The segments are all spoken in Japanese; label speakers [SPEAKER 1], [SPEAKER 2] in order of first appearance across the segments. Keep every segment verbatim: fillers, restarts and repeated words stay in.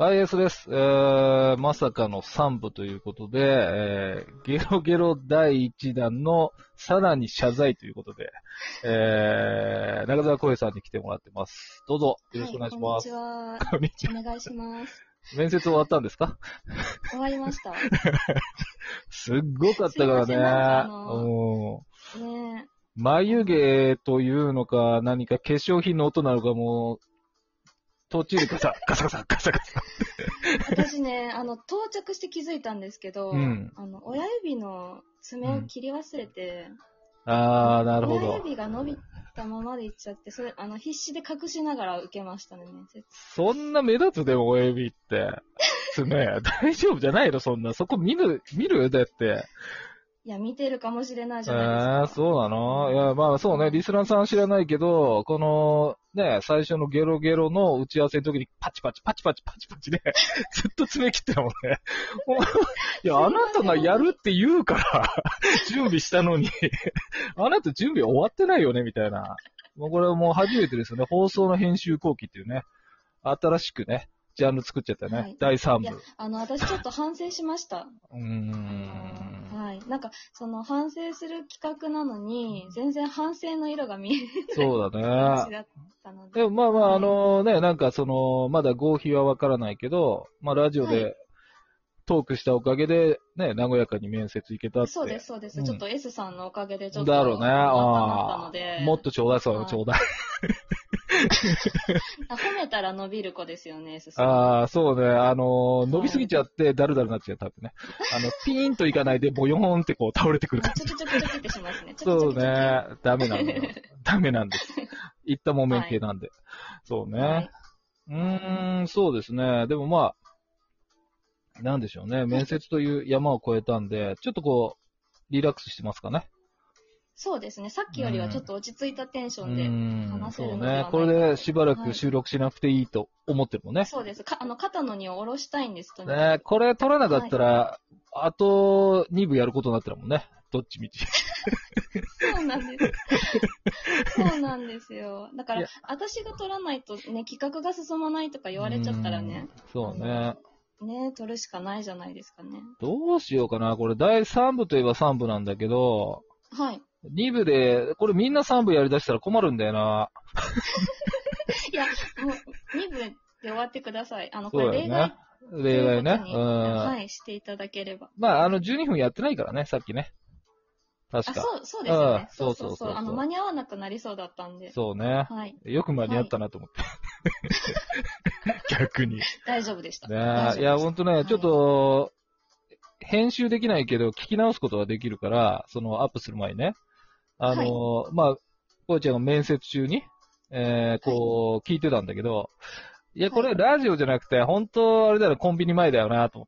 [SPEAKER 1] アイエス です。えー、まさかのさんぶということで、えー、ゲロゲロだいいちだんのさらに謝罪ということで、えー、中澤浩平さんに来てもらってます。どうぞ、よろしくお願いします。
[SPEAKER 2] はい、
[SPEAKER 1] こんにちは。
[SPEAKER 2] こんにちは。お願いします。
[SPEAKER 1] 面接終わったんですか？
[SPEAKER 2] 終わりました。
[SPEAKER 1] すっごかったからね。
[SPEAKER 2] あの
[SPEAKER 1] ー、
[SPEAKER 2] ね
[SPEAKER 1] 眉毛というのか、何か化粧品の音なのかもう、途中でガサ、ガサガサ、ガサガサ。
[SPEAKER 2] 私ね、あの、到着して気づいたんですけど、うん、あの、親指の爪を切り忘れて、
[SPEAKER 1] うん、あー、なるほど。
[SPEAKER 2] 親指が伸びたままでいっちゃって、それ、あの、必死で隠しながら受けましたね、面接。
[SPEAKER 1] そんな目立つでも親指って。爪、大丈夫じゃないのそんな。そこ見る、見るだって。
[SPEAKER 2] いや、見てるかもしれないじゃないですか。
[SPEAKER 1] えー、そうなの？いや、まあそうね、リスナーさん知らないけど、この、ね、最初のゲロゲロの打ち合わせの時にパチパチ、パチパチ、パチパチで、ずっと爪切ってたもんね。いや、あなたがやるって言うから、準備したのに、あなた準備終わってないよね、みたいな。もうこれはもう初めてですよね。放送の編集後期っていうね、新しくね、ジャンル作っちゃったよね。はい、だいさんぶ。いや、
[SPEAKER 2] あの、私ちょっと反省しました。
[SPEAKER 1] うーん。
[SPEAKER 2] はい。なんか、その反省する企画なのに、全然反省の色が見えない。
[SPEAKER 1] そうだね。
[SPEAKER 2] だったので。
[SPEAKER 1] でもまあまあ、はい、あのね、なんかその、まだ合否はわからないけど、まあラジオでトークしたおかげで、ね、和やかに面接行けたって。
[SPEAKER 2] そうです、そうです、うん。ちょっと S さんのおかげでちょっと。
[SPEAKER 1] だろうね。
[SPEAKER 2] ああ。
[SPEAKER 1] もっとちょうだい、そう、ちょうだい。
[SPEAKER 2] 褒めたら伸びる子ですよね、S さん。
[SPEAKER 1] ああ、そうね。あのー、伸びすぎちゃって、だるだるなっちゃう、多分ね。あの、ピーンといかないで、ボヨーンってこう倒れてくる。
[SPEAKER 2] ちょちょちょちょちょってしますね。
[SPEAKER 1] そうね。ダメなんだよ。ダメなんです。いったもめん系なんで。はい、そうね。はい、うーん、そうですね。でもまあ、なんでしょうね。面接という山を越えたんで、ちょっとこう、リラックスしてますかね。
[SPEAKER 2] そうですね。さっきよりはちょっと落ち着いたテンションで話せるのではないかと。
[SPEAKER 1] そうね。これでしばらく収録しなくていいと思ってるもんね。はい、
[SPEAKER 2] そうです。かあの、肩の荷を下ろしたいんですと
[SPEAKER 1] ね。ね、これ取らなかったら、はい、あとにぶやることになってるもんね。どっちみち。
[SPEAKER 2] そうなんです。そうなんですよ。だから、私が取らないとね、企画が進まないとか言われちゃったらね。
[SPEAKER 1] うそうね。
[SPEAKER 2] ね、取るしかないじゃないですかね。
[SPEAKER 1] どうしようかな。これだいさんぶといえばさんぶなんだけど、
[SPEAKER 2] はい。
[SPEAKER 1] にぶで、これみんなさんぶやりだしたら困るんだよな。
[SPEAKER 2] いや、もうにぶで終わってください。あの、これ例外。
[SPEAKER 1] 例外ね。
[SPEAKER 2] うん。はい、していただければ。
[SPEAKER 1] まあ、あの、じゅうにふんやってないからね、さっきね。確か。
[SPEAKER 2] あ、そう、そうですよね。
[SPEAKER 1] そうそうそう。
[SPEAKER 2] あの、間に合わなくなりそうだったんで。
[SPEAKER 1] そうね。はい。よく間に合ったなと思って。逆に。
[SPEAKER 2] 大丈夫でした。
[SPEAKER 1] ねいや、ほんとね、ちょっと、編集できないけど、聞き直すことができるから、その、アップする前にね。あのー、はい、まあ、こうちゃんが面接中に、えー、こう、聞いてたんだけど、いや、これラジオじゃなくて、本当あれだよ、コンビニ前だよな、と思って。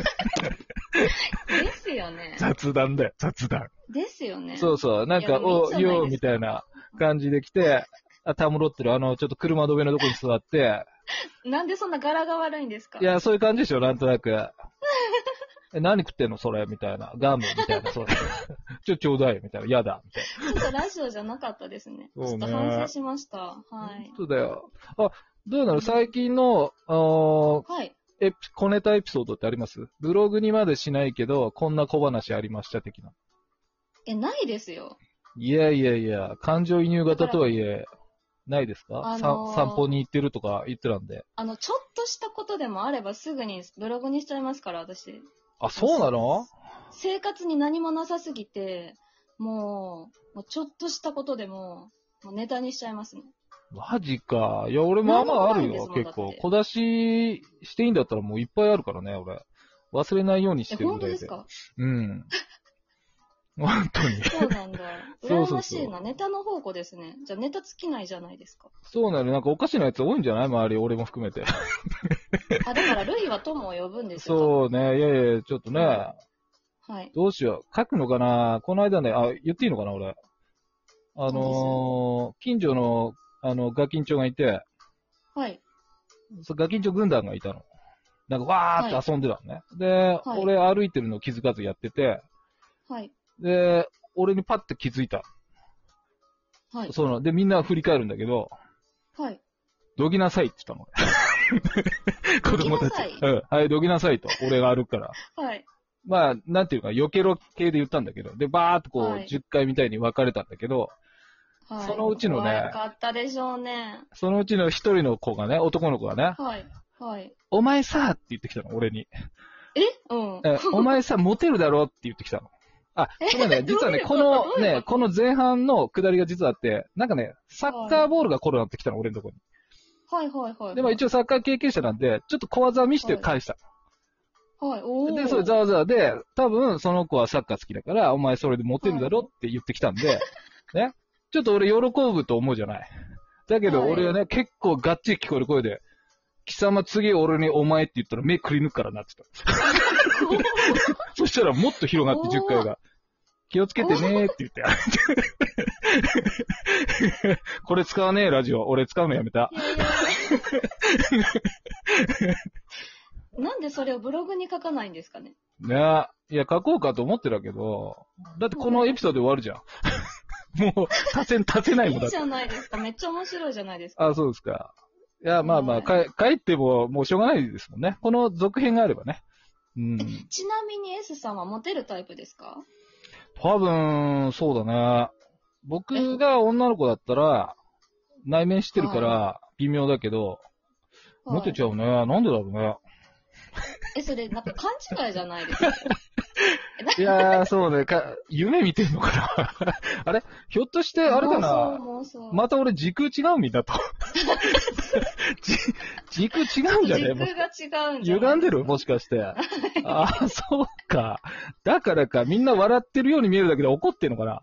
[SPEAKER 2] ですよね。
[SPEAKER 1] 雑談だよ、雑談。
[SPEAKER 2] ですよね。
[SPEAKER 1] そうそう、なんか、お、よみたいな感じで来て、あ、たむろってる、あの、ちょっと車止めのとこに座って、
[SPEAKER 2] なんでそんな柄が悪いんですか？
[SPEAKER 1] いや、そういう感じでしょ、なんとなく。え、何食ってんのそれみたいな。ガムみたいな。それ。ちょ、ちょうだいみたいな。やだみたい
[SPEAKER 2] な。ちょっとラジオじゃなかったですね。ちょっと反省しました。はい。
[SPEAKER 1] そうだよ。あ、どうなの最近の、あー、
[SPEAKER 2] はい。
[SPEAKER 1] え、小ネタエピソードってありますブログにまでしないけど、こんな小話ありました的な。
[SPEAKER 2] え、ないですよ。
[SPEAKER 1] いやいやいや、感情移入型とはいえ、ないですか、あのー、散歩に行ってるとか言ってたんで。
[SPEAKER 2] あの、ちょっとしたことでもあればすぐにブログにしちゃいますから、私。
[SPEAKER 1] あ、そうなの？
[SPEAKER 2] 生活に何もなさすぎて、もう、もうちょっとしたことでも、もうネタにしちゃいますね。
[SPEAKER 1] マジか。いや、俺まあまああるよ、結構。小出ししていいんだったらもういっぱいあるからね、俺。忘れないようにしてるんで。
[SPEAKER 2] え、本当ですか？
[SPEAKER 1] うん。本当に。
[SPEAKER 2] そうなんだ。羨ましいな。ネタの宝庫ですね。じゃあネタ尽きないじゃないですか。
[SPEAKER 1] そうなの。なんかおかしなやつ多いんじゃない周り、俺も含めて。
[SPEAKER 2] あ、だからルイは友を呼ぶんですよ。
[SPEAKER 1] そうね。いやいや、ちょっとね。
[SPEAKER 2] はい。
[SPEAKER 1] どうしよう。書くのかなこの間ね、あ、言っていいのかな俺。あのー、近所の、あの、ガキンチョがいて。
[SPEAKER 2] はい。
[SPEAKER 1] そうガキンチョ軍団がいたの。なんかわーって遊んでたのね。はい、で、はい、俺歩いてるの気づかずやってて。
[SPEAKER 2] はい。
[SPEAKER 1] で、俺にパッて気づいた。
[SPEAKER 2] はい。
[SPEAKER 1] そうなの。で、みんな振り返るんだけど。
[SPEAKER 2] はい。
[SPEAKER 1] どきなさいって言ったの。 子供たち。
[SPEAKER 2] どきなさい
[SPEAKER 1] うん。はい、どきなさいと。俺が歩くから。
[SPEAKER 2] はい。
[SPEAKER 1] まあ、なんていうか、避けろ系で言ったんだけど。で、バーっとこう、
[SPEAKER 2] はい
[SPEAKER 1] じゅっかいみたいに分かれたんだけど、
[SPEAKER 2] はい。
[SPEAKER 1] そのうちのね
[SPEAKER 2] 怖かったでしょうね。
[SPEAKER 1] そのうちの一人の子がね、男の子がね、
[SPEAKER 2] はい。はい。
[SPEAKER 1] お前さって言ってきたの、俺に。
[SPEAKER 2] えうん。
[SPEAKER 1] え、お前さ、モテるだろって言ってきたの。あ、それね、実はね、こ
[SPEAKER 2] どういうこと
[SPEAKER 1] の
[SPEAKER 2] どういうこと
[SPEAKER 1] ね、この前半の下りが実はあって、なんかね、サッカーボールが転がってきたの、俺のとこに。
[SPEAKER 2] はいはいはい。
[SPEAKER 1] でも一応サッカー経験者なんで、ちょっと小技見して返した。
[SPEAKER 2] はい、おー。
[SPEAKER 1] で、それざわざわで、多分その子はサッカー好きだから、お前それでモテるだろって言ってきたんで、ね。ちょっと俺喜ぶと思うじゃない。だけど俺はね、結構がっちり聞こえる声で、貴様次俺にお前って言ったら目くり抜くからなって言った。そしたらもっと広がってじゅっかいが。気をつけてねーって言って。これ使わねえラジオ。俺使うのやめた。
[SPEAKER 2] いやいやなんでそれをブログに書かないんですかね。
[SPEAKER 1] ねえ。いや、書こうかと思ってたけど、だってこのエピソードで終わるじゃん。もう、足せ、足せないもんだって。
[SPEAKER 2] いいじゃないですか。めっちゃ面白いじゃないですか。
[SPEAKER 1] あ、そうですか。いや、まあまあ、か帰ってももうしょうがないですもんね。この続編があればね。うん。
[SPEAKER 2] ちなみに S さんはモテるタイプですか？
[SPEAKER 1] 多分、そうだね。僕が女の子だったら、内面してるから微妙だけど、モテちゃうね。なんでだろうね。
[SPEAKER 2] え、それ、なんか勘違いじゃないですか。
[SPEAKER 1] いやー、そうね。か、夢見てんのかなあれひょっとして、あれかな
[SPEAKER 2] 妄想妄想
[SPEAKER 1] また俺時空違うみんなと。時空違うんじゃね
[SPEAKER 2] 時空が違うんじゃ
[SPEAKER 1] 歪んでるもしかして。ああ、そうか。だからか、みんな笑ってるように見えるだけで怒ってんのかな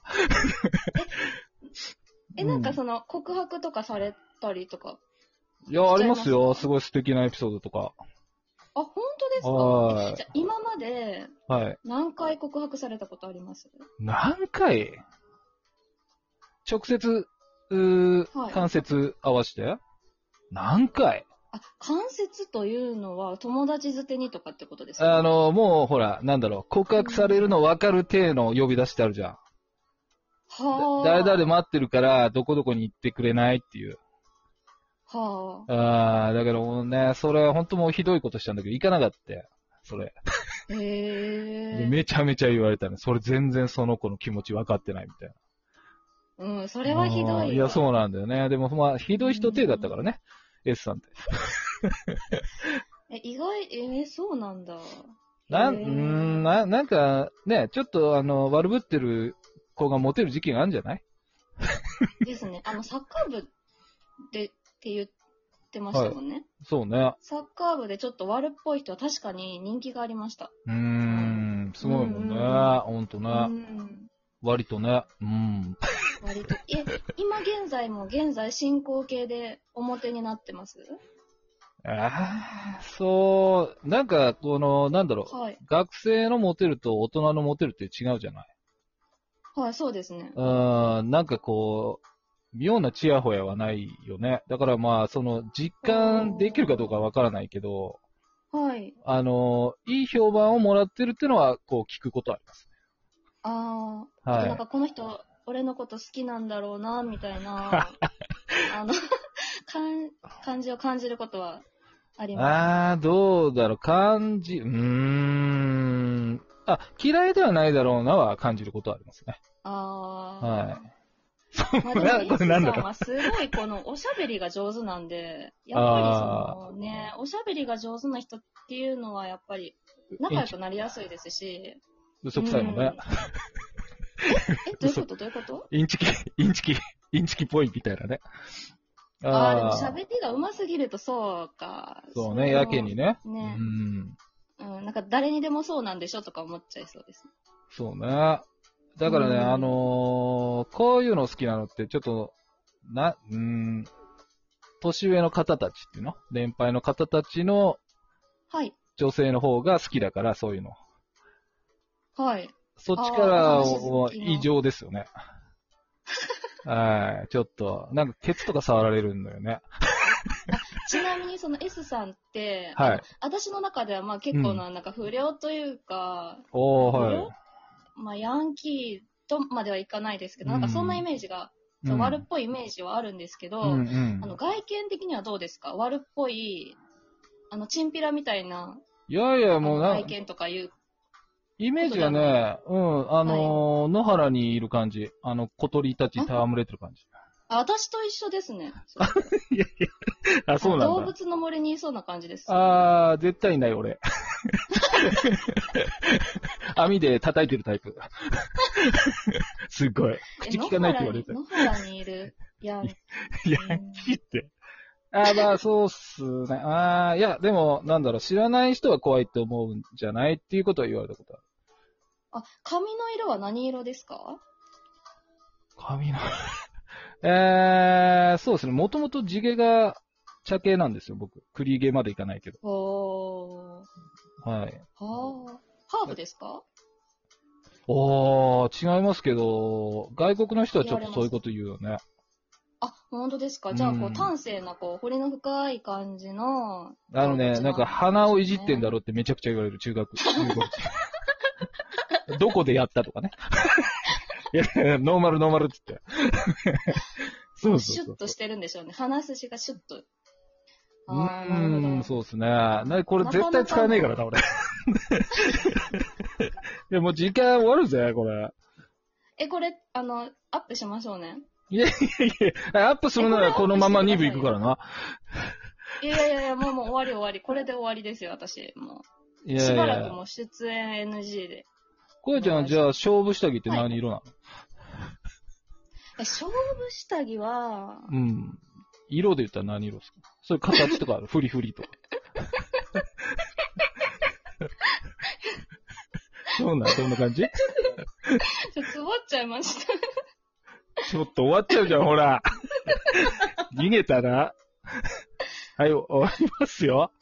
[SPEAKER 2] え、なんかその、告白とかされたりとか。
[SPEAKER 1] いや、ありますよ。すごい素敵なエピソードとか。
[SPEAKER 2] あ、本当ですか？
[SPEAKER 1] はい。
[SPEAKER 2] じゃあ今まで、
[SPEAKER 1] はい。
[SPEAKER 2] 何回告白されたことあります？
[SPEAKER 1] 何回直接、うー、
[SPEAKER 2] はい
[SPEAKER 1] 関節合わせて何回
[SPEAKER 2] あ、関節というのは友達づてにとかってことですか？
[SPEAKER 1] あの、もうほら、なんだろう、告白されるの分かる体の呼び出しってあるじゃん。
[SPEAKER 2] はあ。
[SPEAKER 1] 誰々待ってるから、どこどこに行ってくれないっていう。
[SPEAKER 2] はあ。
[SPEAKER 1] ああ、だからもうね、それ本当もうひどいことしたんだけど、行かなかったよ。それ。
[SPEAKER 2] へえ。
[SPEAKER 1] めちゃめちゃ言われたね。それ全然その子の気持ち分かってないみたいな。
[SPEAKER 2] うん、それはひどいわ。
[SPEAKER 1] いや、そうなんだよね。でもまあ、ひどい人手だったからね。S さんって。
[SPEAKER 2] え、意外、えー、そうなんだ。
[SPEAKER 1] なん、
[SPEAKER 2] へー
[SPEAKER 1] うーん、な、なんか、ね、ちょっとあの、悪ぶってる子がモテる時期があるんじゃない
[SPEAKER 2] ですね。あの、サッカー部でって言ってましたもんね。
[SPEAKER 1] そうね。
[SPEAKER 2] サッカー部でちょっと悪っぽい人は確かに人気がありました。
[SPEAKER 1] うーん、すごいもんね。
[SPEAKER 2] うん
[SPEAKER 1] ほんとね。
[SPEAKER 2] うん。
[SPEAKER 1] 割とね。うん。
[SPEAKER 2] 割と。え、今現在も現在進行形で表になってます？
[SPEAKER 1] ああ、そう、なんか、この、なんだろう。
[SPEAKER 2] はい。
[SPEAKER 1] 学生のモテると大人のモテるって違うじゃない。
[SPEAKER 2] はい、そうですね。
[SPEAKER 1] うーん、なんかこう、妙なチヤホヤはないよね。だからまあ、その、実感できるかどうかわからないけど、
[SPEAKER 2] はい。
[SPEAKER 1] あの、いい評判をもらってるっていうのは、こう、聞くことあります。
[SPEAKER 2] ああ、
[SPEAKER 1] はい
[SPEAKER 2] あとなんかこの人、俺のこと好きなんだろうな、みたいな、あの、感、感じを感じることはあります。
[SPEAKER 1] ああ、どうだろう、感じ、うーん。あ、嫌いではないだろうなは感じることはありますね。
[SPEAKER 2] ああ。
[SPEAKER 1] はい。
[SPEAKER 2] まあでも、
[SPEAKER 1] こ
[SPEAKER 2] S
[SPEAKER 1] れなんだろう
[SPEAKER 2] さんはすごいこのおしゃべりが上手なんで、やっぱりそのね、おしゃべりが上手な人っていうのはやっぱり仲良くなりやすいですし。
[SPEAKER 1] 嘘くさいもんね。
[SPEAKER 2] え、どういうことどういうこと
[SPEAKER 1] インチキ、インチキ、インチキっぽいみたいなね。
[SPEAKER 2] ああ、でも喋りが上手すぎるとそうか。
[SPEAKER 1] そうね、やけにね。
[SPEAKER 2] ね。
[SPEAKER 1] うん。
[SPEAKER 2] うん、なんか誰にでもそうなんでしょとか思っちゃいそうです。
[SPEAKER 1] そうね。だからね、
[SPEAKER 2] うん
[SPEAKER 1] あのーこういうの好きなのって、ちょっと、な、うーん、年上の方たちっていうの年配の方たちの
[SPEAKER 2] はい。
[SPEAKER 1] 女性の方が好きだから、そういうの。
[SPEAKER 2] はい。
[SPEAKER 1] そっちから
[SPEAKER 2] あー話好
[SPEAKER 1] も
[SPEAKER 2] きな
[SPEAKER 1] 異常ですよね。はい。ちょっと、なんかケツとか触られるんだよね。
[SPEAKER 2] ちなみにその S さんって、
[SPEAKER 1] はい
[SPEAKER 2] あの私の中ではまあ結構な、なんか不良というか、
[SPEAKER 1] おー、
[SPEAKER 2] 不良
[SPEAKER 1] はい。
[SPEAKER 2] まあヤンキーとまではいかないですけど、
[SPEAKER 1] うん
[SPEAKER 2] なんかそんなイメージが、
[SPEAKER 1] うん
[SPEAKER 2] 悪っぽいイメージはあるんですけど、
[SPEAKER 1] うんうん
[SPEAKER 2] あの外見的にはどうですか？悪っぽいあの、チンピラみたいな、
[SPEAKER 1] いやいや、もうな、
[SPEAKER 2] 愛犬とかいう。
[SPEAKER 1] イメージがね、うん、あのー、野原にいる感じ。あの、小鳥たち戯れてる感じ。
[SPEAKER 2] あ、私と一緒ですね。
[SPEAKER 1] いやいや、あ、そうなんだ。
[SPEAKER 2] 動物の森にいそうな感じです、
[SPEAKER 1] ね。あー、絶対いない、俺。網で叩いてるタイプ。すっごい。口聞かないって言われて。
[SPEAKER 2] 野原にいる。いや、
[SPEAKER 1] いや、キって。あー、まあ、そうっすね。あー、いや、でも、なんだろう、知らない人は怖いって思うんじゃないっていうことは言われたことある。
[SPEAKER 2] あ、髪の色は何色ですか？
[SPEAKER 1] 髪のえー、そうですね。もともと地毛が茶系なんですよ、僕。栗毛までいかないけど。
[SPEAKER 2] お
[SPEAKER 1] ー。はい。
[SPEAKER 2] はあ。ハーフですか？
[SPEAKER 1] おー、違いますけど、外国の人はちょっとそういうこと言うよね。
[SPEAKER 2] あ、本当ですか。じゃあ、こう、端正な、こう、彫りの深い感じの。
[SPEAKER 1] あのね、なんか鼻をいじってんだろってめちゃくちゃ言われる、中学。中学どこでやったとかね。いや、ノーマルノーマルって言って。
[SPEAKER 2] そうそうそう。シュッとしてるんでしょうね。鼻筋がシュッと。
[SPEAKER 1] ああ、なるほど。うん、そうですね。なこれ絶対使わねえからな、俺。いや、もう時間終わるぜ、これ。
[SPEAKER 2] え、これ、あの、アップしましょうね。
[SPEAKER 1] いやいやいや、アップするならこのままに部いくからな。
[SPEAKER 2] いやいやいや、もうもう終わり終わり。これで終わりですよ、私。もう。いやいやしばらくもう出演 エヌジー で。
[SPEAKER 1] こやちゃん、じゃあ、勝負下着って何色なの？はい、
[SPEAKER 2] 勝負下着は、
[SPEAKER 1] うん。色で言ったら何色ですか？そういう形とかある？フリフリとか。そうなん、どんな感じ？ちょ
[SPEAKER 2] っと終わっちゃいました。
[SPEAKER 1] ちょっと終わっちゃうじゃん、ほら。逃げたな。はい、終わりますよ。